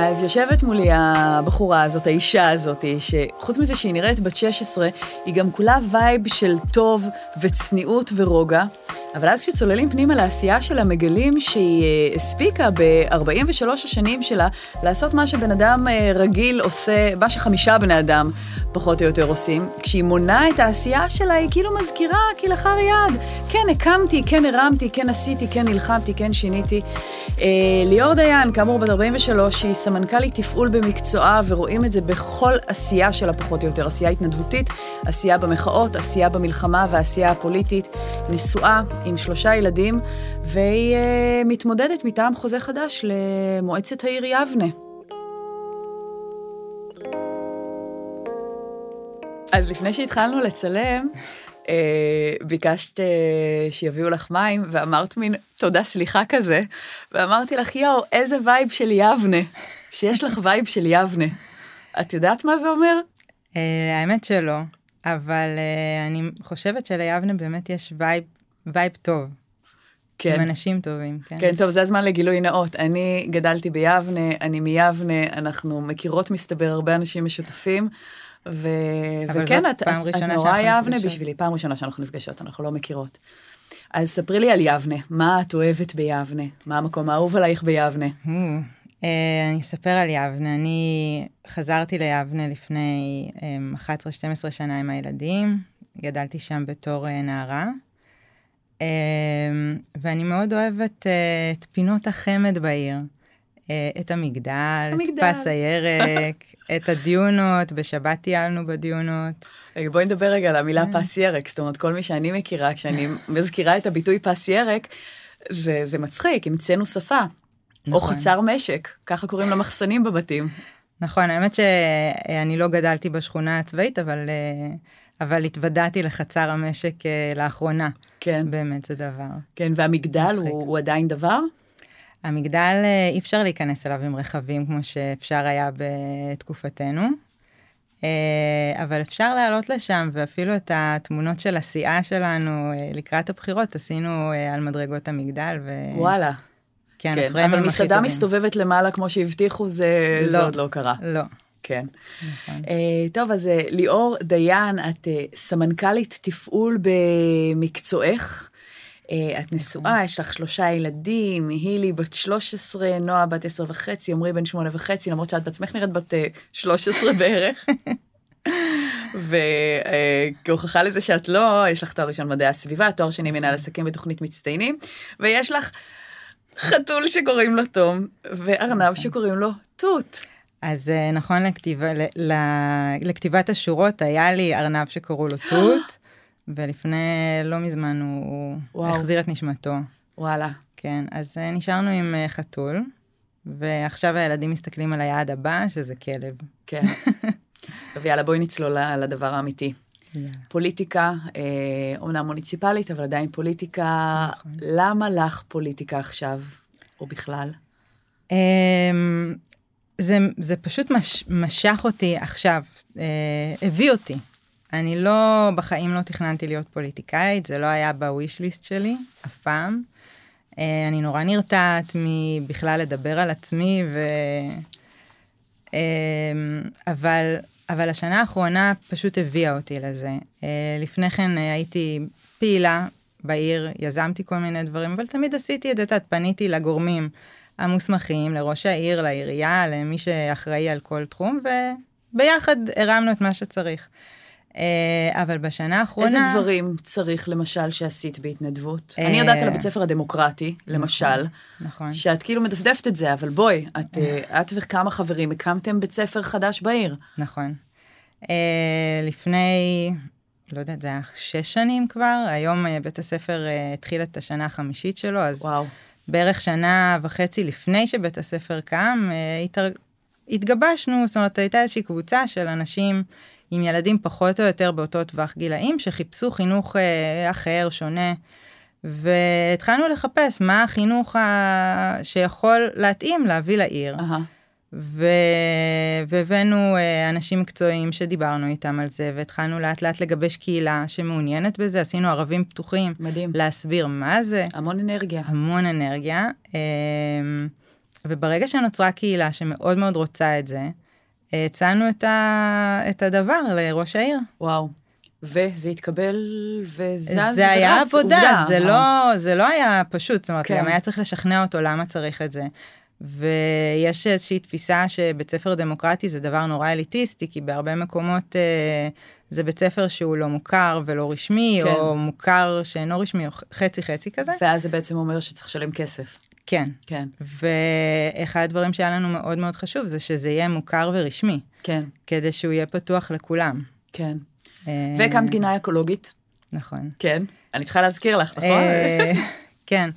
אז יושבת מולי הבחורה הזאת, האישה הזאת, שחוץ מזה שהיא נראית בת 16, היא גם כולה וייב של טוב וצניעות ורוגע, אבל אז כשצוללים פנימה לעשייה שלה, מגלים שהיא הספיקה ב-43 השנים שלה לעשות מה שבן אדם רגיל עושה, מה ש5 בני אדם פחות או יותר עושים. כשהיא מונה את העשייה שלה, היא כאילו מזכירה כלאחר יד. כן, הקמתי, כן הרמתי, כן עשיתי, כן נלחמתי, כן שיניתי. ליאור דיין, כאמור בת 43, היא סמנכ"לית תפעול במקצועה, ורואים את זה בכל עשייה שלה פחות או יותר. עשייה התנדבותית, עשייה במחאות, עשייה במלחמה ועשייה הפוליטית. נשואה עם 3 ילדים, והיא מתמודדת מטעם חוזה חדש למועצת העיר יבנה. אז לפני שהתחלנו לצלם, ביקשת שיביאו לך מים, ואמרת מין תודה סליחה כזה, ואמרתי לך, יאו, איזה וייב של יבנה, שיש לך וייב של יבנה. את יודעת מה זה אומר? האמת שלא, אבל אני חושבת שליבנה באמת יש וייב טוב. כן. עם אנשים טובים. כן. כן, טוב, זה הזמן לגילוי נאות. אני גדלתי ביבנה, אני מיבנה, אנחנו מכירות מסתבר הרבה אנשים משותפים, וכן, את נורא יבנה בשבילי, פעם ראשונה שאנחנו נפגשות, אנחנו לא מכירות. אז ספרי לי על יבנה, מה את אוהבת ביבנה? מה המקום האהוב עלייך ביבנה? אני אספר על יבנה, אני חזרתי ליבנה לפני 11-12 שנה עם הילדים, גדלתי שם בתור נערה, ואני מאוד אוהבת את פינות החמד בעיר, את המגדל, את פס הירק, את הדיונות, בשבת טיילנו בדיונות. בואי נדבר רגע על המילה פס ירק, זאת אומרת, כל מי שאני מכירה, כשאני מזכירה את הביטוי פס ירק, זה מצחיק, המצאנו שפה, או חצר משק, ככה קוראים למחסנים בבתים. נכון, האמת שאני לא גדלתי בשכונה הצבאית, אבל התוודעתי לחצר המשק לאחרונה. כן. באמת זה דבר. כן, והמגדל הוא עדיין דבר? המגדל אי אפשר להיכנס אליו עם רכבים, כמו שאפשר היה בתקופתנו, אבל אפשר לעלות לשם, ואפילו את התמונות של הסיעה שלנו לקראת הבחירות, עשינו על מדרגות המגדל. וואלה. כן, כן, אבל מסעדה מסתובבת למעלה כמו שהבטיחו, זה עוד לא קרה. לא. כן. נכון. טוב, אז ליאור דיין, את סמנכ"לית תפעול במקצועך, את נשואה, יש לך 3 ילדים, הילי בת 13, נועה בת 10.5, עמרי בן 8.5, למרות שאת בעצמך נראית בת 13 בערך. וכהוכחה לזה שאת לא, יש לך תואר ראשון מדעי הסביבה, תואר שני מנהל עסקים בתוכנית מצטיינים, ויש לך חתול שקוראים לו תום, וארנב שקוראים לו תות. אז נכון, לכתיבת השורות היה לי ארנב שקראו לו תות, ולפני לא מזמן הוא החזיר את נשמתו. וואלה. כן, אז נשארנו עם חתול, ועכשיו הילדים מסתכלים על היעד הבא, שזה כלב. כן. ויאללה, בואי נצלול לדבר האמיתי. פוליטיקה, אומנם מוניציפלית, אבל עדיין פוליטיקה. למה לך פוליטיקה עכשיו, או בכלל? זה פשוט משך אותי עכשיו, הביא אותי. אני לא, בחיים לא תכננתי להיות פוליטיקאית, זה לא היה בוויש ליסט שלי, אף פעם. אני נורא נרתעת מבכלל לדבר על עצמי, אבל השנה האחרונה פשוט הביאה אותי לזה. לפני כן הייתי פעילה בעיר, יזמתי כל מיני דברים, אבל תמיד עשיתי את זה, פניתי לגורמים המוסמכים, לראש העיר, לעירייה, למי שאחראי על כל תחום, וביחד הרמנו את מה שצריך. אבל בשנה האחרונה... איזה דברים צריך למשל שעשית בהתנדבות? אני יודעת על הבית ספר הדמוקרטי, למשל, שאת כאילו מדפדפת את זה, אבל בואי, את וכמה חברים הקמתם בית ספר חדש בעיר. נכון. לפני, לא יודעת, זה היה 6 שנים כבר, היום בית הספר התחיל את השנה החמישית שלו, אז בערך 1.5 שנה לפני שבית הספר קם, התגבשנו, זאת אומרת, הייתה איזושהי קבוצה של אנשים עם ילדים פחות או יותר באותו טווח גילאים, שחיפשו חינוך אחר, שונה, והתחלנו לחפש מה החינוך שיכול להתאים, להביא לעיר. והבאנו אנשים מקצועיים שדיברנו איתם על זה, והתחלנו לאט לאט לגבש קהילה שמעוניינת בזה, עשינו ערבים פתוחים, מדהים. להסביר מה זה. המון אנרגיה. המון אנרגיה, וברגע שנוצרה קהילה שמאוד מאוד רוצה את זה, הצענו את הדבר לראש העיר. וואו. וזה התקבל וזז זה היה עבודה, זה לא היה פשוט, זאת אומרת, גם היה צריך לשכנע אותו למה צריך את זה. ויש איזושהי תפיסה שבית ספר דמוקרטי זה דבר נורא אליטיסטי, כי בהרבה מקומות זה בית ספר שהוא לא מוכר ולא רשמי, או מוכר שאינו רשמי, או חצי כזה. ואז זה בעצם אומר שצריך לשלם כסף. כן. כן. ואחד הדברים שהיה לנו מאוד מאוד חשוב, זה שזה יהיה מוכר ורשמי. כן. כדי שהוא יהיה פתוח לכולם. כן. והקמת גינה אקולוגית. נכון. כן. אני צריכה להזכיר לך, נכון? כן.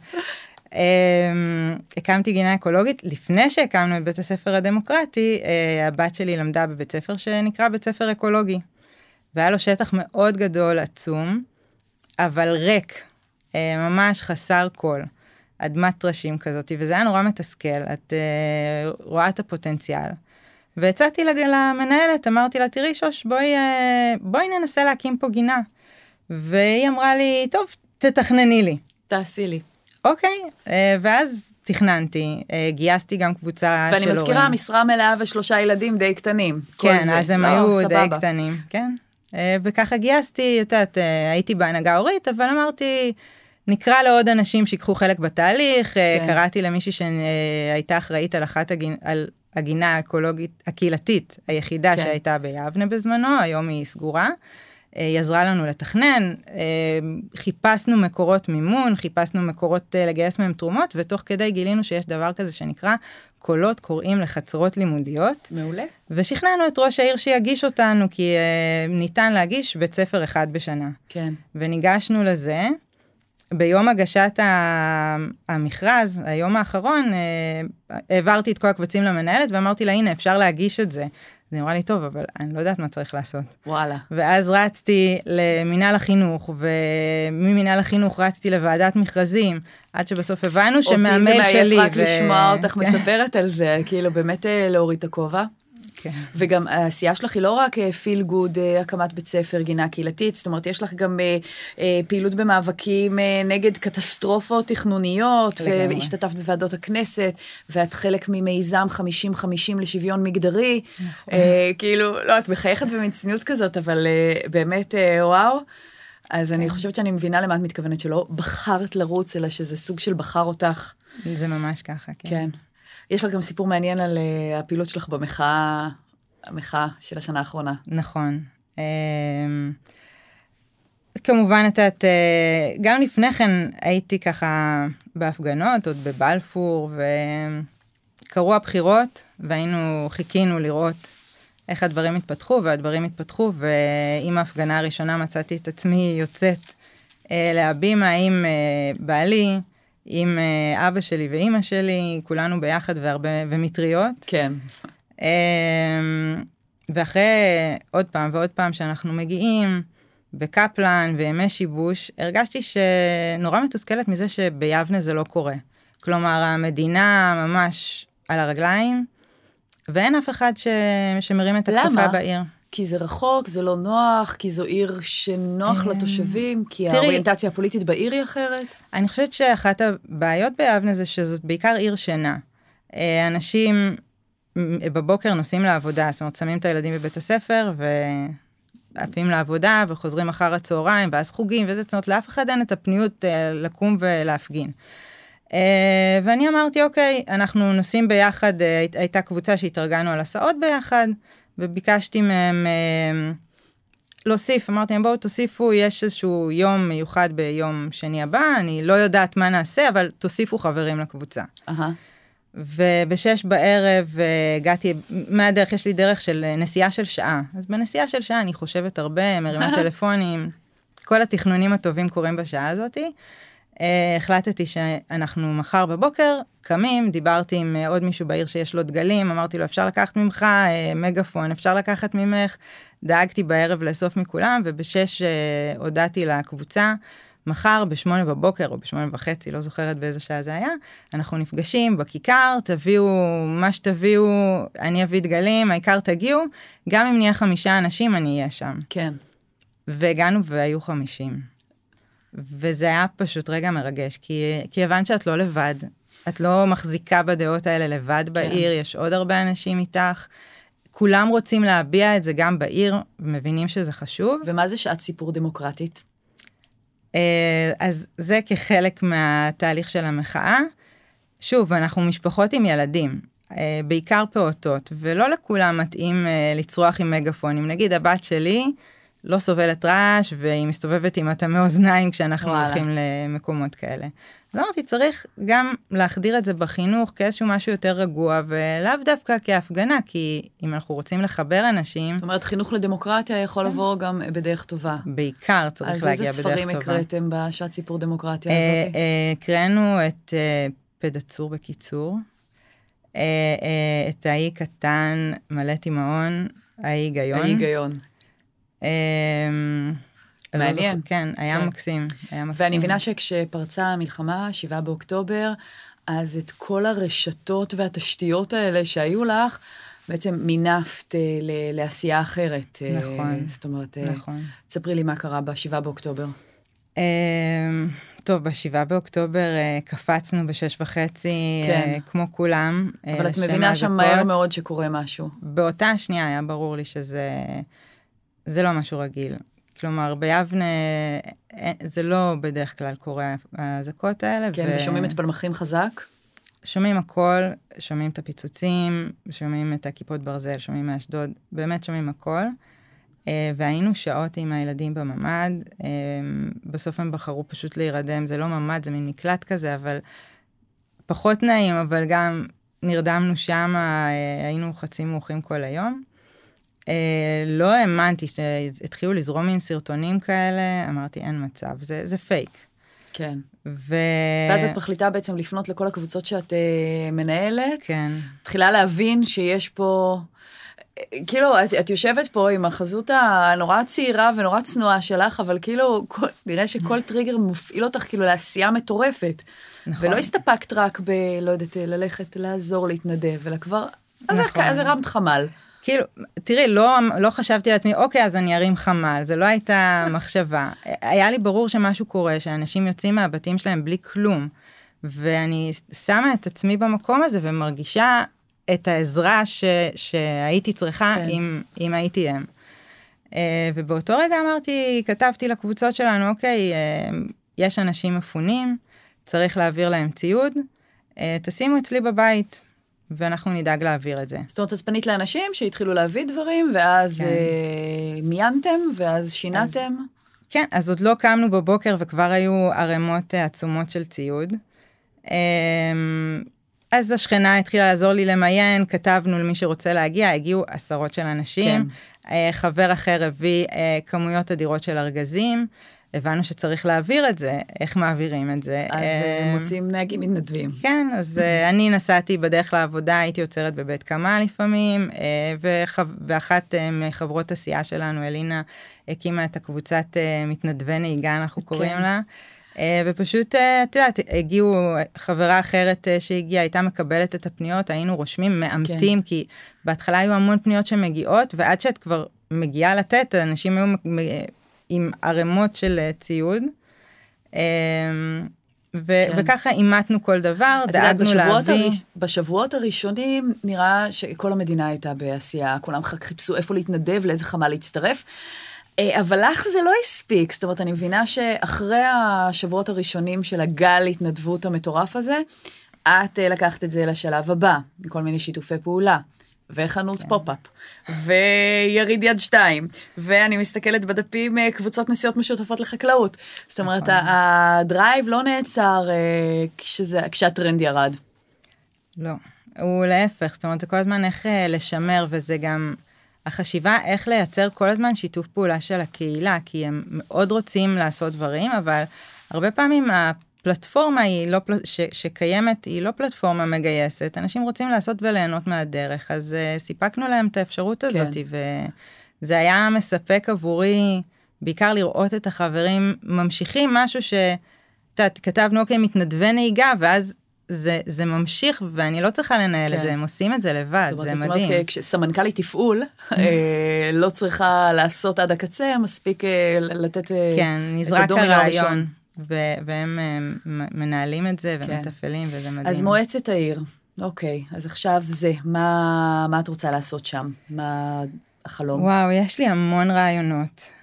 הקמתי גינה אקולוגית. לפני שהקמנו את בית הספר הדמוקרטי, הבת שלי למדה בבית ספר שנקרא בית ספר אקולוגי. והיה לו שטח מאוד גדול, עצום, אבל ריק. ממש חסר כל. אדמת טרשים כזאת, וזה היה נורא מתסכל. את רואה את הפוטנציאל. והצעתי למנהלת, אמרתי לה, תראי שוש, בואי ננסה להקים פה גינה. והיא אמרה לי, טוב, תתכנני לי. תעשי לי. אוקיי, ואז תכננתי, גייסתי גם קבוצה של הורים. ואני מזכירה, משרה מלאה ו3 ילדים די קטנים. כן, אז הם היו די קטנים, כן. וככה גייסתי, יודעת, הייתי בהנהגה הורית, אבל אמרתי, נקרא לעוד אנשים שיקחו חלק בתהליך, קראתי למישהי שהייתה אחראית על הגינה האקולוגית, הקהילתית, היחידה שהייתה ביבנה בזמנו, היום היא סגורה, היא עזרה לנו לתכנן, חיפשנו מקורות מימון, חיפשנו מקורות לגייס מהם תרומות, ותוך כדי גילינו שיש דבר כזה שנקרא קולות קוראים לחצרות לימודיות. מעולה. ושכנענו את ראש העיר שיגיש אותנו, כי ניתן להגיש בית ספר אחד בשנה. כן. וניגשנו לזה, ביום הגשת המכרז, היום האחרון, העברתי את כל הקבצים למנהלת, ואמרתי לה, הנה, אפשר להגיש את זה. אז היא אמרה לי, טוב, אבל אני לא יודעת מה צריך לעשות. וואלה. ואז רצתי למינהל החינוך, וממינהל החינוך רצתי לוועדת מכרזים, עד שבסוף הבנו שמהמייל שלי. אותי זה מעייף רק לשמוע אותך מספרת על זה, כאילו באמת להוריד את הכובע. כן. וגם העשייה שלך היא לא רק פיל גוד, הקמת בית ספר, גינה קהילתית, זאת אומרת, יש לך גם פעילות במאבקים נגד קטסטרופות תכנוניות, והשתתפת בוועדות הכנסת, ואת חלק ממיזם 50-50 לשוויון מגדרי, כאילו, לא, את מחייכת במציאות כזאת, אבל באמת, וואו, אז אני חושבת שאני מבינה למה את מתכוונת, שלא בחרת לרוץ, אלא שזה סוג של בחר אותך. זה ממש ככה, כן. כן. יש לך גם סיפור מעניין על הפעילות שלך המחאה של השנה האחרונה. נכון. כמובן, גם לפני כן הייתי ככה בהפגנות, עוד בבלפור, וקרו הבחירות, חיכינו לראות איך הדברים התפתחו, והדברים התפתחו, ועם ההפגנה הראשונה מצאתי את עצמי יוצאת להבימה עם בעלי, עם אבא שלי ואמא שלי, כולנו ביחד ומטריות. כן. ואחרי עוד פעם ועוד פעם שאנחנו מגיעים, בקפלן וימי שיבוש, הרגשתי שנורא מתוסכלת מזה שביבנה זה לא קורה. כלומר, המדינה ממש על הרגליים, ואין אף אחד שמרים את הכפפה בעיר. כי זה רחוק, זה לא נוח, כי זו עיר שנוח לתושבים, כי האוריינטציה הפוליטית בעיר היא אחרת? אני חושבת שאחת הבעיות ביבנה זה שזאת בעיקר עיר שינה. אנשים בבוקר נוסעים לעבודה, זאת אומרת, שמים את הילדים בבית הספר, ועפים לעבודה, וחוזרים אחר הצהריים, ואז חוגים, וזה, זאת אומרת, לאף אחד אין את הפניות לקום ולהפגין. ואני אמרתי, אוקיי, אנחנו נוסעים ביחד, הייתה קבוצה שהתארגנו על הסעות ביחד, וביקשתי מהם להוסיף, אמרתי להם, בואו תוסיפו, יש איזשהו יום מיוחד ביום שני הבא, אני לא יודעת מה נעשה, אבל תוסיפו חברים לקבוצה. ובשש בערב הגעתי, מהדרך, יש לי דרך של נסיעה של שעה, אז בנסיעה של שעה אני חושבת הרבה, מרימה טלפונים, כל התכנונים הטובים קורים בשעה הזאת, החלטתי שאנחנו מחר בבוקר, קמים, דיברתי עם עוד מישהו בעיר שיש לו דגלים, אמרתי לו, אפשר לקחת ממך מגפון, אפשר לקחת ממך, דאגתי בערב לאסוף מכולם, ובשש הודעתי לקבוצה, מחר ב8 בבוקר, או ב8:30, לא זוכרת באיזה שעה זה היה, אנחנו נפגשים בכיכר, תביאו מה שתביאו, אני אביא דגלים, העיקר תגיעו, גם אם נהיה 5 אנשים, אני אהיה שם. כן. והגענו והיו 50. וזה היה פשוט רגע מרגש, כי הבנת שאת לא לבד, את לא מחזיקה בדעות האלה לבד בעיר, יש עוד הרבה אנשים איתך, כולם רוצים להביע את זה גם בעיר, ומבינים שזה חשוב. ומה זה שעת סיפור דמוקרטית? אז זה כחלק מהתהליך של המחאה. שוב, אנחנו משפחות עם ילדים, בעיקר פעוטות, ולא לכולם מתאים לצרוח עם מגפונים. נגיד, הבת שלי לא סובלת רעש, והיא מסתובבת עם אטמי אוזניים כשאנחנו הולכים למקומות כאלה. אז אמרתי, צריך גם להחדיר את זה בחינוך כאיזשהו משהו יותר רגוע, ולאו דווקא כהפגנה, כי אם אנחנו רוצים לחבר אנשים... זאת אומרת, חינוך לדמוקרטיה יכול לבוא גם בדרך טובה. בעיקר צריך להגיע בדרך טובה. אז איזה ספרים הקראתם בשעת סיפור דמוקרטיה? הקראנו את פדצור בקיצור, את האי קטן, מלא תימהון, האי היגיון. מעניין. כן, היה מקסים. ואני מבינה שכשפרצה המלחמה, 7 באוקטובר, אז את כל הרשתות והתשתיות האלה שהיו לך, בעצם מינפת לעשייה אחרת. נכון. זאת אומרת, תספרי לי מה קרה ב-7 באוקטובר. טוב, ב-7 באוקטובר קפצנו ב-6:30, כמו כולם. אבל את מבינה שם מהר מאוד שקורה משהו. באותה שנייה היה ברור לי שזה לא משהו רגיל. כלומר, ביבנה זה לא בדרך כלל קורה, ההזקות האלה. כן, ושומעים את פלמחים חזק? שומעים הכל, שומעים את הפיצוצים, שומעים את הכיפות ברזל, שומעים מאשדוד, באמת שומעים הכל. והיינו שעות עם הילדים בממד, בסוף הם בחרו פשוט להירדם, זה לא ממד, זה מין מקלט כזה, אבל פחות נעים, אבל גם נרדמנו שם, היינו חצי מורחים כל היום. לא האמנתי שהתחילו לזרום מין סרטונים כאלה, אמרתי, אין מצב, זה פייק. כן. ואז את מחליטה בעצם לפנות לכל הקבוצות שאת מנהלת. כן. תחילה להבין שיש פה... כאילו, את יושבת פה עם החזות הנורא צעירה ונורא צנועה שלך, אבל כאילו, נראה שכל טריגר מפעיל אותך כאילו לעשייה מטורפת. נכון. ולא הסתפקת רק לא יודעת, ללכת, לעזור, להתנדב, אלא כבר, אז הרמת חמ"ל. כאילו, תראי, לא חשבתי לעצמי, אוקיי, אז אני ארים חמ"ל, זה לא הייתה מחשבה. היה לי ברור שמשהו קורה, שאנשים יוצאים מהבתים שלהם בלי כלום, ואני שמה את עצמי במקום הזה, ומרגישה את העזרה שהייתי צריכה, אם הייתי הם. ובאותו רגע כתבתי לקבוצות שלנו, אוקיי, יש אנשים מפונים, צריך להעביר להם ציוד, תשימו אצלי בבית, ואנחנו נדאג להעביר את זה. זאת אומרת, אז פנית לאנשים שהתחילו להביא דברים, ואז מיינתם, ואז שינתם? כן, אז עוד לא קמנו בבוקר, וכבר היו ערימות עצומות של ציוד. אז השכנה התחילה לעזור לי למיין, כתבנו למי שרוצה להגיע, הגיעו עשרות של אנשים, חבר אחר הביא כמויות אדירות של ארגזים, הבנו שצריך להעביר את זה, איך מעבירים את זה. אז מוצאים נהגים מתנדבים. כן, אז אני נסעתי בדרך לעבודה, הייתי יוצרת בבית קמה לפעמים, ואחת מחברות הסיעה שלנו, אלינה, הקימה את הקבוצת מתנדבי נהיגה, אנחנו קוראים לה, ופשוט, את יודעת, הגיעו חברה אחרת שהגיעה, הייתה מקבלת את הפניות, היינו רושמים, מאמתים, כי בהתחלה היו המון פניות שמגיעות, ועד שאת כבר מגיעה לתת, אנשים היו עם ערימות של ציוד, וככה אימתנו כל דבר, דאגנו להביא. בשבועות הראשונים נראה שכל המדינה הייתה בעשייה, כולם חיפשו איפה להתנדב, לאיזה חמה להצטרף, אבל לך זה לא הספיק, זאת אומרת, אני מבינה שאחרי השבועות הראשונים של הגל התנדבות המטורף הזה, את לקחת את זה לשלב הבא, כל מיני שיתופי פעולה. וחנות פופ-אפ, ויריד יד 2, ואני מסתכלת בדפים קבוצות נסיעות משותפות לחקלאות. זאת אומרת, הדרייב לא נעצר כשהטרנד ירד. לא, הוא להפך, זאת אומרת, זה כל הזמן איך לשמר, וזה גם החשיבה איך לייצר כל הזמן שיתוף פעולה של הקהילה, כי הם מאוד רוצים לעשות דברים, אבל הרבה פעמים הפלטפורמה שקיימת היא לא פלטפורמה מגייסת, אנשים רוצים לעשות וליהנות מהדרך, אז סיפקנו להם את האפשרות הזאת, וזה היה מספק עבורי, בעיקר לראות את החברים ממשיכים משהו כתבנו, אוקיי, מתנדבי נהיגה, ואז זה ממשיך, ואני לא צריכה לנהל את זה, הם עושים את זה לבד, זה מדהים. זאת אומרת, כשסמנכ"לית תפעול, לא צריכה לעשות עד הקצה, מספיק לתת את הדומין הראשון. והם מנהלים את זה ומתפעלים, וזה מדהים. אז מועצת העיר, אוקיי, אז עכשיו זה, מה את רוצה לעשות שם? מה החלום? וואו, יש לי המון רעיונות.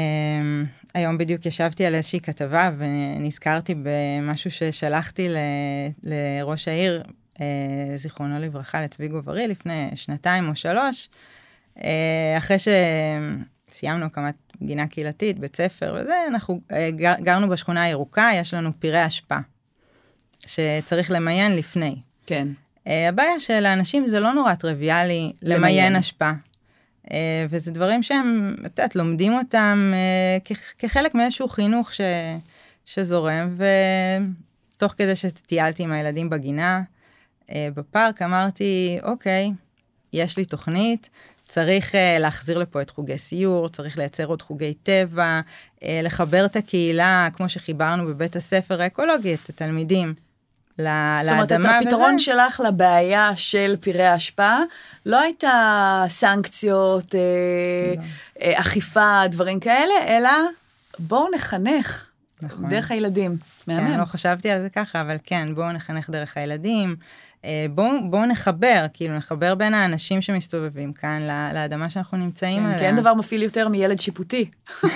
היום בדיוק ישבתי על איזושהי כתבה, ונזכרתי במשהו ששלחתי לראש העיר, זיכרונו לברכה, לצבי גוברי, לפני 2 או 3, אחרי שסיימנו הקמת גינה קהילתית, בית ספר וזה, אנחנו גרנו בשכונה הירוקה, יש לנו פירי אשפה, שצריך למיין לפני. כן. הבעיה של האנשים זה לא נורא טריוויאלי למיין אשפה. וזה דברים שהם, את יודעת, לומדים אותם כחלק מאיזשהו חינוך שזורם, ותוך כדי שטיילתי עם הילדים בגינה, בפארק אמרתי, אוקיי, יש לי תוכנית, צריך להחזיר לפה את חוגי סיור, צריך לייצר עוד חוגי טבע, לחבר את הקהילה, כמו שחיברנו בבית הספר האקולוגי, את התלמידים. זאת אומרת, הפתרון שלך לבעיה של פירי ההשפעה, לא הייתה סנקציות, אכיפה, דברים כאלה, אלא בואו נחנך דרך הילדים. כן, לא חשבתי על זה ככה, אבל כן, בואו נחנך דרך הילדים, בואו נחבר, כאילו נחבר בין האנשים שמסתובבים כאן, לאדמה שאנחנו נמצאים עליה. כן, אין דבר מפעיל יותר מילד שיפוטי.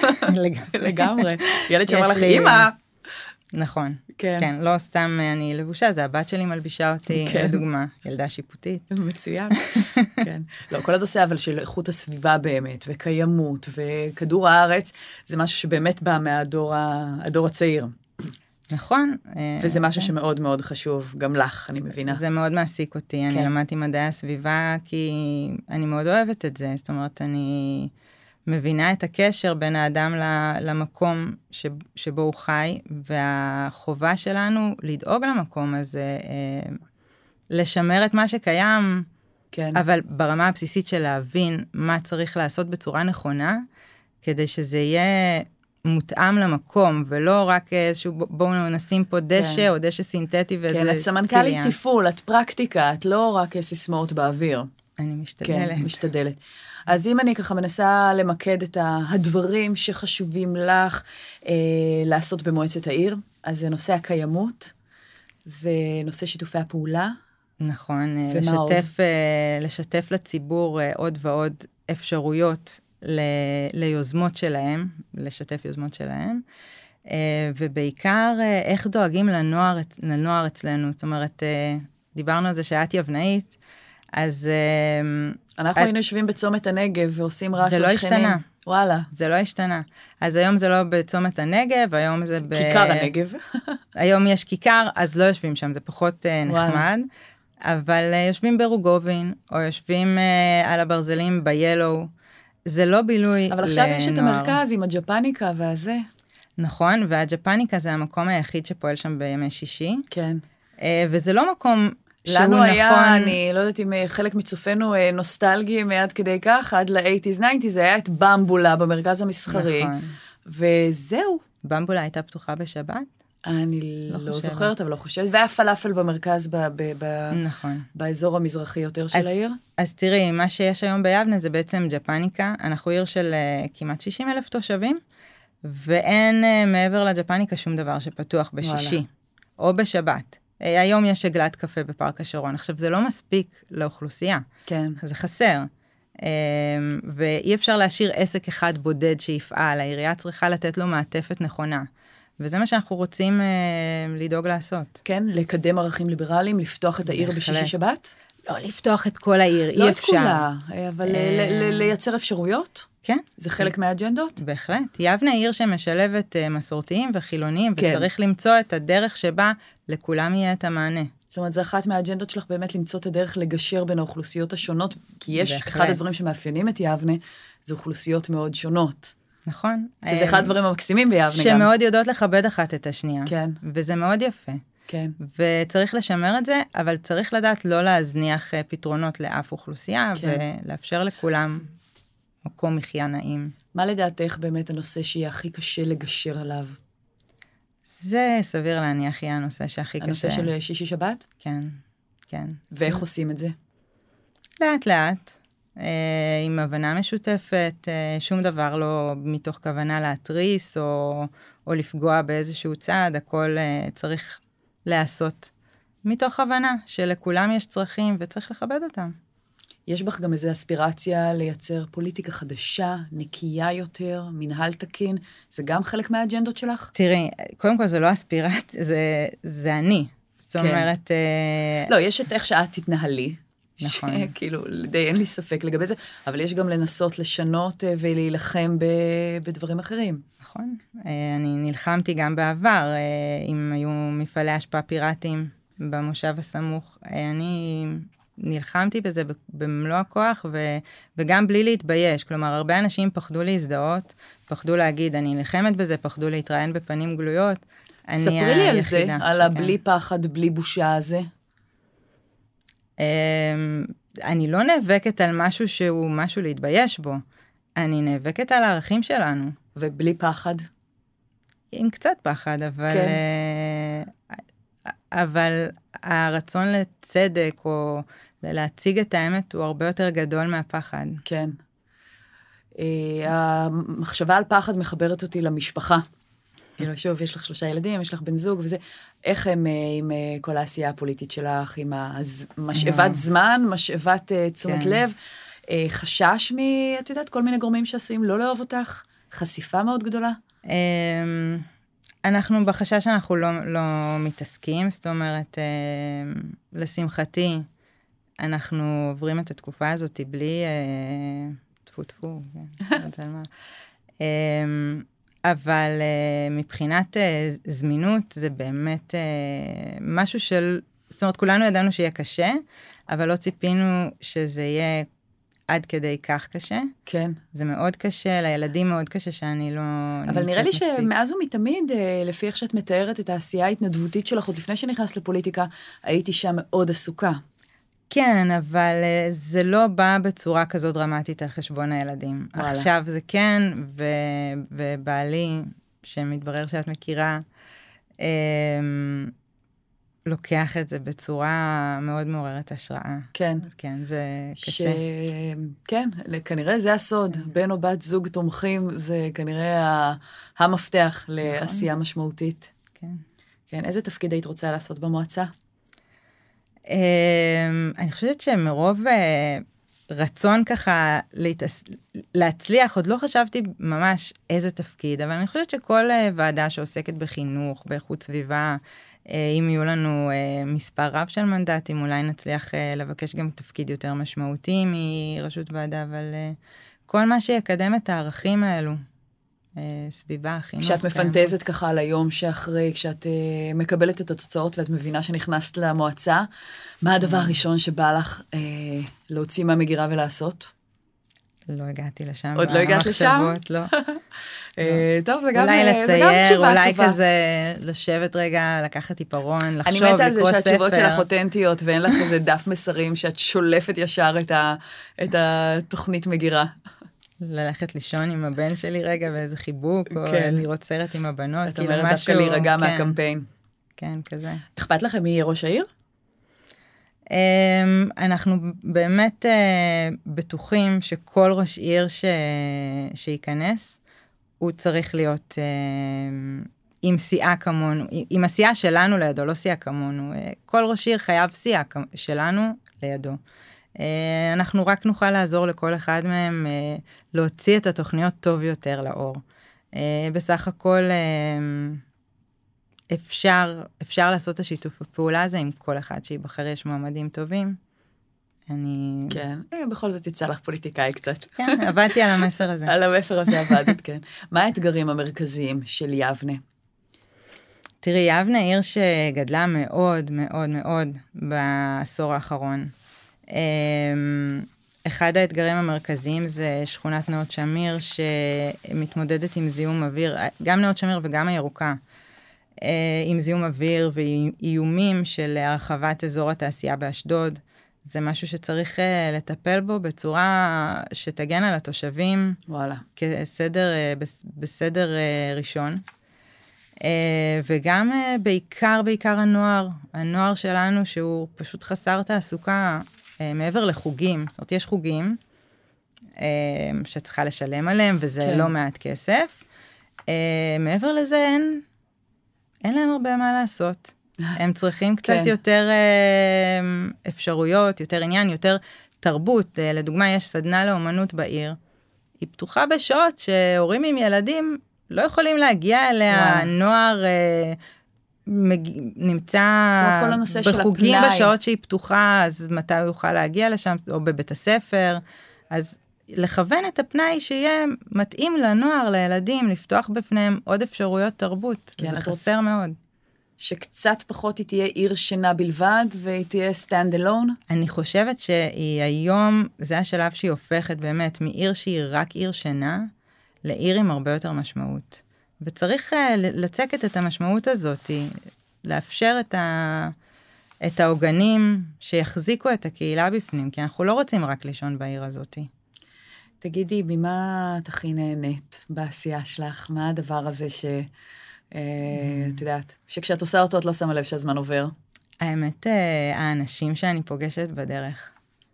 לגמרי. ילד שאומר לך, אמא! נכון, כן, לא סתם אני לבושה, זה הבת שלי מלבישה אותי, לדוגמה, ילדה שיפוטית. מצוין, כן. לא, כל הנושא אבל של איכות הסביבה באמת, וקיימות, וכדור הארץ, זה משהו שבאמת בא מהדור הצעיר. נכון. וזה משהו שמאוד מאוד חשוב, גם לך, אני מבינה. זה מאוד מעסיק אותי, אני למדתי מדעי הסביבה, כי אני מאוד אוהבת את זה, זאת אומרת, אני מבינה את הקשר בין האדם למקום שבו הוא חי, והחובה שלנו לדאוג למקום הזה, לשמר את מה שקיים, כן. אבל ברמה הבסיסית של להבין מה צריך לעשות בצורה נכונה, כדי שזה יהיה מותאם למקום, ולא רק איזשהו, בואו נשים פה דשא, או דשא סינתטי, וזה כן, את סמנכ"לית תפעול, את פרקטיקה, את לא רק סיסמאות באוויר. אני משתדלת. כן, משתדלת. אז אם אני ככה מנסה למקד את הדברים שחשובים לך לעשות במועצת העיר, אז זה נושא הקיימות, זה נושא שיתופי הפעולה. נכון, לשתף לציבור עוד ועוד אפשרויות ליוזמות שלהם, לשתף יוזמות שלהם, ובעיקר איך דואגים לנוער אצלנו, זאת אומרת, דיברנו על זה שאת יבנאית, אז אנחנו היינו יושבים בצומת הנגב ועושים רעש של שכנים. זה לא השתנה. וואלה. זה לא השתנה. אז היום זה לא בצומת הנגב, היום זה כיכר הנגב. היום יש כיכר, אז לא יושבים שם, זה פחות נחמד. אבל יושבים ברוגובין, או יושבים על הברזלים ביילו, זה לא בילוי לנוער. אבל עכשיו יש את המרכז עם הג'פניקה והזה. נכון, והג'פניקה זה המקום היחיד שפועל שם בימי שישי. כן. וזה לא מקום לנו היה, אני לא יודעת אם חלק מצופנו נוסטלגי מעד כדי כך, עד ל-80s, 90s, זה היה את במבולה במרכז המסחרי. נכון. וזהו. במבולה הייתה פתוחה בשבת? אני לא זוכרת, אבל לא חושבת. והיה פלאפל במרכז, נכון. באזור המזרחי יותר של העיר. אז תראי, מה שיש היום ביבנה זה בעצם ג'פניקה. אנחנו עיר של כמעט 60,000 תושבים, ואין מעבר לג'פניקה שום דבר שפתוח בשישי, או בשבת. היום יש עגלת קפה בפארק השרון. עכשיו, זה לא מספיק לאוכלוסייה. כן. זה חסר. ואי אפשר להשאיר עסק אחד בודד שיפעל. העירייה צריכה לתת לו מעטפת נכונה. וזה מה שאנחנו רוצים לדאוג לעשות. כן, לקדם ערכים ליברליים, לפתוח את העיר בשישי שבת? לא לפתוח את כל העיר, אי אפשר. לא את כולה, אבל לייצר אפשרויות? כן. זה חלק מהאג'נדות? בהחלט. יבנה עיר שמשלבת מסורתיים וחילונים, וצריך למצוא את הדרך שבה לכולם יהיה את המענה. זאת אומרת, זה אחת מהאג'נדות שלך באמת למצוא את הדרך לגשר בין האוכלוסיות השונות, כי יש אחד הדברים שמאפיינים את יבנה, זה אוכלוסיות מאוד שונות. נכון. שזה אחד הדברים המקסימים ביבנה גם. שמאוד יודעות לכבד אחת את השנייה. כן. וזה מאוד יפה. כן. וצריך לשמר את זה, אבל צריך לדעת לא להזניח פתרונות לאף אוכלוסייה, ולאפשר לכולם מקום מחיה נעים. מה לדעתך באמת הנושא שיהיה הכי קשה לגשר עליו? זה סביר להניח יהיה הנושא שהכי קשה. הנושא של שישי שבת? כן, כן. ואיך עושים את זה? לאט לאט. עם הבנה משותפת, שום דבר לא מתוך כוונה להתריס או לפגוע באיזשהו צעד, הכל צריך לעשות מתוך הבנה שלכולם יש צרכים וצריך לכבד אותם. יש בך גם איזו אספירציה לייצר פוליטיקה חדשה, נקייה יותר, מנהל תקין, זה גם חלק מהאג'נדות שלך? תראי, קודם כל זה לא אספירציה, זה אני. זאת אומרת... לא, יש את איך שאת תתנהלי. נכון. כאילו, די אין לי ספק לגבי זה, אבל יש גם לנסות לשנות ולהילחם בדברים אחרים. נכון. אני נלחמתי גם בעבר, אם היו מפעלי השפעה פיראטיים במושב הסמוך. אני נלחמתי בזה במלוא הכוח, וגם בלי להתבייש. כלומר, הרבה אנשים פחדו להזדהות, פחדו להגיד, אני נלחמת בזה, פחדו להתראיין בפנים גלויות. ספרי לי על זה, על הבלי פחד, בלי בושה הזה. אני לא נאבקת על משהו שהוא משהו להתבייש בו. אני נאבקת על הערכים שלנו. ובלי פחד? עם קצת פחד, אבל הרצון לצדק או להציג את האמת הוא הרבה יותר גדול מהפחד. כן. המחשבה על פחד מחברת אותי למשפחה. כאילו, שוב, יש לך 3 ילדים, יש לך בן זוג וזה. איך הם עם כל העשייה הפוליטית שלך, עם משאבת זמן, משאבת תשומת לב, חשש את יודעת, כל מיני גורמים שעשויים לא לאהוב אותך, חשיפה מאוד גדולה? אנחנו בחשש אנחנו לא מתעסקים, זאת אומרת, לשמחתי, אנחנו עוברים את התקופה הזאת בלי טפו, אבל מבחינת זמינות, זה באמת משהו זאת אומרת, כולנו ידענו שיהיה קשה, אבל לא ציפינו שזה יהיה עד כדי כך קשה. כן. זה מאוד קשה, לילדים מאוד קשה שאני לא אבל נראה לי שמאז ומתמיד, לפי איך שאת מתארת את העשייה ההתנדבותית שלך, עוד לפני שנכנס לפוליטיקה, הייתי שם מאוד עסוקה. כן, אבל זה לא בא בצורה כזו דרמטית על חשבון הילדים. וואלה. עכשיו זה כן, ובעלי, שמתברר שאת מכירה, לוקח את זה בצורה מאוד מעוררת השראה. כן. כן, זה קשה. כן, כנראה זה הסוד. בן או בת זוג תומכים, זה כנראה המפתח לעשייה משמעותית. כן. כן, איזה תפקיד היית רוצה לעשות במועצה? אני חושבת שמרוב רצון ככה להצליח, עוד לא חשבתי ממש איזה תפקיד, אבל אני חושבת שכל ועדה שעוסקת בחינוך, באיכות סביבה, אם יהיו לנו מספר רב של מנדטים, אולי נצליח לבקש גם תפקיד יותר משמעותי מרשות ועדה, אבל כל מה שיקדם את הערכים האלו, סביבה, חינוך. כשאת מפנטזת ככה על היום שאחרי, כשאת מקבלת את התוצאות ואת מבינה שנכנסת למועצה, מה הדבר הראשון שבא לך להוציא מהמגירה ולעשות? לא הגעתי לשם. עוד לא הגעת לשם? לא. טוב, זה גם אולי לצייר, תשובה אולי טובה. כזה לשבת רגע, לקחת עיפרון, לחשוב, לקרוא ספר. אני מתה על זה שהתשובות שלך אותנטיות, ואין לך איזה דף מסרים שאת שולפת ישר את התוכנית מגירה. ללכת לישון עם הבן שלי רגע באיזה חיבוק, או לראות סרט עם הבנות. את אומרת דווקא להירגע מהקמפיין. כן, כזה. אכפת לכם מי יהיה ראש העיר? אנחנו באמת בטוחים שכל ראש עיר שייכנס, הוא צריך להיות עם סיעה כמונו, עם הסיעה שלנו לידו, לא סיעה כמונו. כל ראש עיר חייב סיעה שלנו לידו. אנחנו רק נוכל לעזור לכל אחד מהם להוציא את התוכניות טוב יותר לאור. בסך הכל אפשר לעשות את השיתוף הפעולה הזה עם כל אחד שיבחר, יש מועמדים טובים. כן, בכל זאת יצא לך פוליטיקאי קצת. כן, עבדתי על המסר הזה. על המסר הזה עבדת, כן. מה האתגרים המרכזיים של יבנה? תראי, יבנה עיר שגדלה מאוד מאוד מאוד בעשור האחרון. אחד האתגרים המרכזיים זה שכונת נאות שמיר, שמתמודדת עם זיהום אוויר, גם נאות שמיר וגם הירוקה, עם זיהום אוויר ואיומים של הרחבת אזור התעשייה באשדוד. זה משהו שצריך לטפל בו בצורה שתגן על התושבים. וואלה. בסדר ראשון. וגם בעיקר הנוער שלנו שהוא פשוט חסר תעסוקה מעבר לחוגים. זאת אומרת, יש חוגים, שצריכה לשלם עליהם, וזה לא מעט כסף. מעבר לזה, אין להם הרבה מה לעשות. הם צריכים קצת יותר אפשרויות, יותר עניין, יותר תרבות. לדוגמה, יש סדנה לאומנות בעיר. היא פתוחה בשעות שהורים עם ילדים לא יכולים להגיע אליה, נוער נמצא בחוגים בשעות שהיא פתוחה, אז מתי הוא יוכל להגיע לשם, או בבית הספר. אז לכוון את הפנאי שיהיה מתאים לנוער, לילדים, לפתוח בפניהם עוד אפשרויות תרבות. זה חסר מאוד. שקצת פחות היא תהיה עיר שינה בלבד, והיא תהיה stand alone? אני חושבת שהיא היום, זה השלב שהיא הופכת באמת מעיר שהיא רק עיר שינה, לעיר עם הרבה יותר משמעות. וצריך לצקת את המשמעות הזאת, לאפשר את העוגנים שיחזיקו את הקהילה בפנים, כי אנחנו לא רוצים רק לישון בעיר הזאת. תגידי, ממה את הכי נהנית בעשייה שלך? מה הדבר הזה את יודעת, שכשאת עושה אותו את לא שמה לב שהזמן עובר? האמת, האנשים שאני פוגשת בדרך.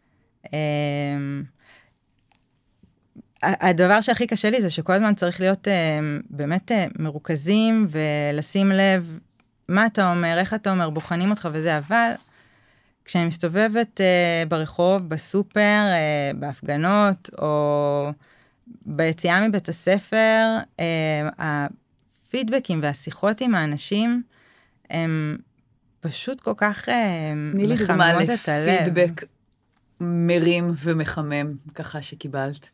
הדבר שהכי קשה לי זה שכל הזמן צריך להיות באמת מרוכזים ולשים לב מה אתה אומר, איך אתה אומר, בוחנים אותך וזה, אבל כשאני מסתובבת ברחוב, בסופר, בהפגנות, או ביציאה מבית הספר, הפידבקים והשיחות עם האנשים, הם פשוט כל כך מחממות את הלב. לפידבק מרים ומחמם, ככה שקיבלת.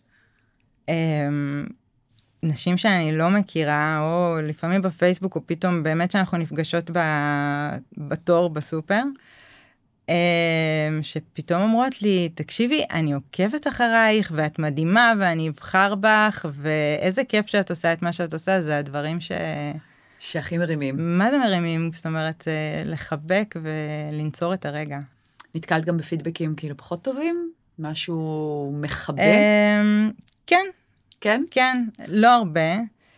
נשים שאני לא מכירה, או לפעמים בפייסבוק, או פתאום באמת שאנחנו נפגשות בתור בסופר, שפתאום אומרות לי, תקשיבי, אני עוקבת אחרייך, ואת מדהימה, ואני אבחר בך, ואיזה כיף שאת עושה את מה שאת עושה, זה הדברים שהכי מרימים. מה זה מרימים? זאת אומרת, לחבק ולנצור את הרגע. נתקלת גם בפידבקים כאילו פחות טובים? משהו מחבק? כן. כן? כן, לא הרבה.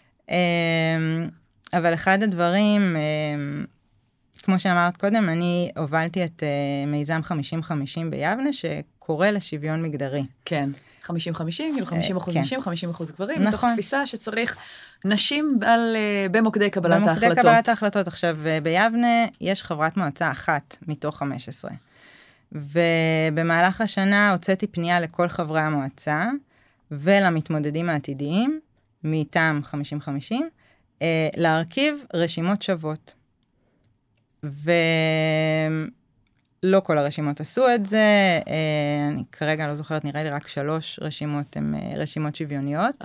אבל אחד הדברים, כמו שאמרת קודם, אני הובלתי את מיזם 50-50 ביבנה, שקורא לשוויון מגדרי. כן, 50-50, כאילו 50% נשים, 50% גברים, מתוך תפיסה שצריך נשים במוקדי קבלת ההחלטות. במוקדי קבלת ההחלטות. עכשיו, ביבנה יש חברת מועצה אחת מתוך 15. ובמהלך השנה הוצאתי פנייה לכל חברי המועצה, ולמתמודדים העתידיים, מטעם 50-50, להרכיב רשימות שוות. ולא כל הרשימות עשו את זה, אני כרגע לא זוכרת, נראה לי רק 3 רשימות, הן רשימות שוויוניות.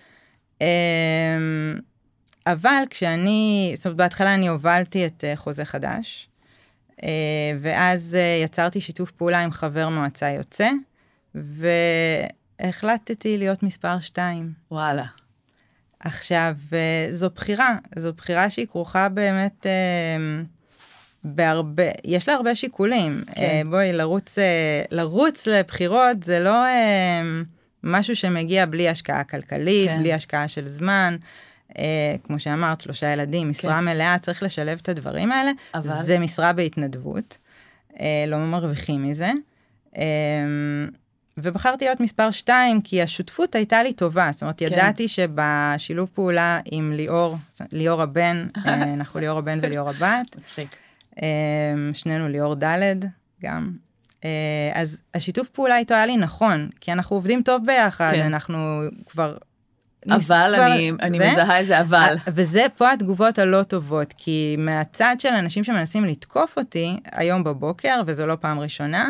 אבל זאת אומרת, בהתחלה אני הובלתי את חוזה חדש, ואז יצרתי שיתוף פעולה עם חבר מועצה יוצא, החלטתי להיות מספר 2. וואלה. עכשיו, זו בחירה שהיא כרוכה באמת בהרבה, יש לה הרבה שיקולים. כן. בואי, לרוץ לבחירות זה לא משהו שמגיע בלי השקעה כלכלית, כן. בלי השקעה של זמן, כמו שאמרת, 3 ילדים, משרה כן. מלאה, צריך לשלב את הדברים האלה. אבל... זה משרה בהתנדבות, לא מרוויחים מזה. ובחרתי להיות מספר 2, כי השותפות הייתה לי טובה. זאת אומרת, ידעתי שבשילוב פעולה עם ליאור הבן, אנחנו ליאור הבן וליאור הבת. מצחיק. שנינו ליאור ד' גם. אז השיתוף פעולה איתו היה לי נכון, כי אנחנו עובדים טוב ביחד, אנחנו כבר... אבל אני מזהה איזה אבל. וזה פה התגובות הלא טובות, כי מהצד של אנשים שמנסים לתקוף אותי, היום בבוקר, וזו לא פעם ראשונה,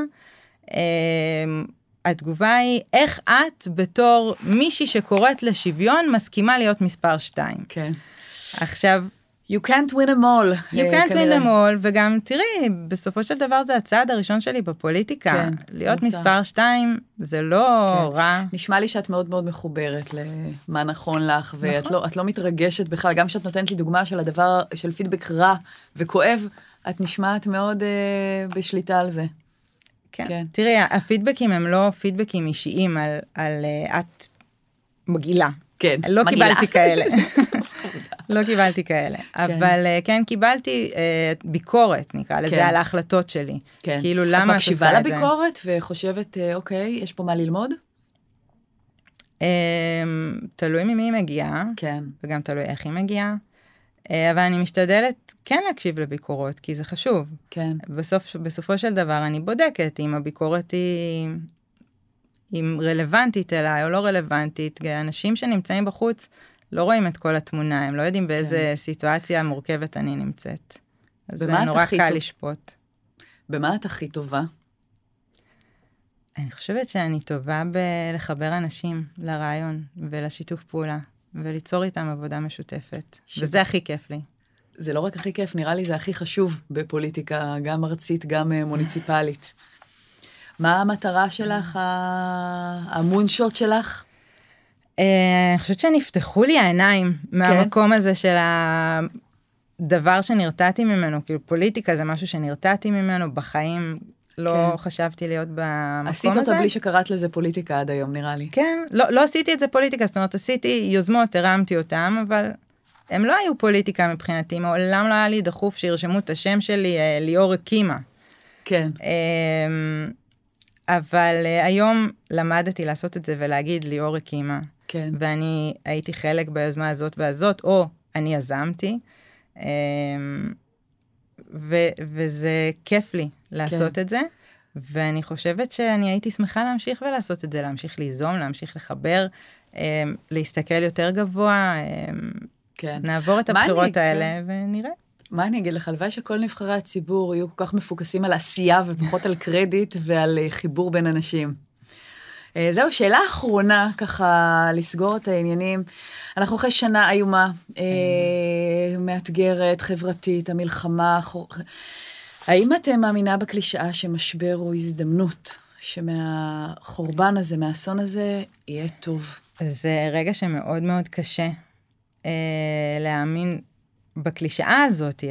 התגובה היא, איך את בתור מישהי שקוראת לשוויון, מסכימה להיות מספר 2. כן. עכשיו... You can't win them all. You can't win them all, וגם תראי, בסופו של דבר זה הצעד הראשון שלי בפוליטיקה. כן, להיות מספר 2, זה לא כן. רע. נשמע לי שאת מאוד מאוד מחוברת למה נכון לך, ואת לא מתרגשת בכלל, גם שאת נותנת לי דוגמה של הדבר, של פידבק רע וכואב, את נשמעת מאוד בשליטה על זה. כן. כן. תראי, הפידבקים הם לא פידבקים אישיים על את מגעילה. כן, לא קיבלתי כאלה. לא קיבלתי כאלה. אבל כן קיבלתי ביקורת, נקרא לזה, על ההחלטות שלי. כן. כאילו, למה את מקשיבה לביקורת וחושבת, אוקיי, יש פה מה ללמוד? תלוי ממי היא מגיעה, כן. וגם תלוי איך היא מגיעה, אבל אני משתדלת כן להקשיב לביקורות, כי זה חשוב. כן. בסופו של דבר אני בודקת אם הביקורת היא רלוונטית אליי או לא רלוונטית. אנשים שנמצאים בחוץ לא רואים את כל התמונה, הם לא יודעים באיזה סיטואציה מורכבת אני נמצאת. אז זה נורא קל לשפוט. במה את הכי טובה? אני חושבת שאני טובה בלחבר אנשים לרעיון ולשיתוף פעולה, וליצור איתם עבודה משותפת. וזה הכי כיף לי. זה לא רק הכי כיף, נראה לי זה הכי חשוב בפוליטיקה, גם ארצית, גם מוניציפלית. מה המטרה שלך, המונשות שלך? אני חושבת שנפתחו לי העיניים מהמקום הזה של הדבר שנרתעתי ממנו, כאילו פוליטיקה זה משהו שנרתעתי ממנו בחיים, לא חשבתי להיות במקום הזה. עשית אותה בלי שקראת לזה פוליטיקה עד היום, נראה לי. כן, לא עשיתי את זה פוליטיקה, זאת אומרת, עשיתי יוזמות, הרמתי אותם, אבל הם לא היו פוליטיקה מבחינתי, מעולם לא היה לי דחוף שירשמו את השם שלי, ליאור הקימה. כן. אבל היום למדתי לעשות את זה ולהגיד ליאור הקימה. כן. ואני הייתי חלק ביוזמה הזאת והזאת, או אני יזמתי, וזה כיף לי לעשות את זה, ואני חושבת שאני הייתי שמחה להמשיך ולעשות את זה, להמשיך ליזום, להמשיך לחבר, להסתכל יותר גבוה, נעבור את הבחירות האלה ונראה. מה אני אגיד לך? הלוואי שכל נבחרי הציבור יהיו כל כך מפוקסים על עשייה ופחות על קרדיט ועל חיבור בין אנשים. זהו, שאלה אחרונה, ככה לסגור את העניינים. אנחנו אחרי שנה איומה, מאתגרת, חברתית, המלחמה. האם אתם מאמינה בקלישאה שמשבר הוא הזדמנות, שמהחורבן הזה, מהאסון הזה, יהיה טוב? זה רגע שמאוד מאוד קשה להאמין בקלישאה הזאת,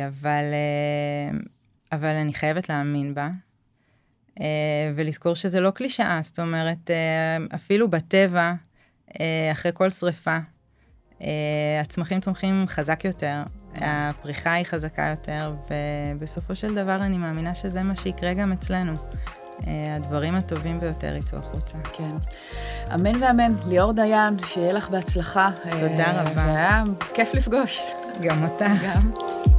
אבל אני חייבת להאמין בה. ולזכור שזה לא קלישאה, זאת אומרת, אפילו בטבע, אחרי כל שריפה, הצמחים צומחים חזק יותר, הפריחה היא חזקה יותר, ובסופו של דבר אני מאמינה שזה מה שיקרה גם אצלנו. הדברים הטובים ביותר יצאו החוצה. כן. אמן ואמן. ליאור דיין, שיהיה לך בהצלחה. תודה רבה. והיה כיף לפגוש. גם אתה. גם.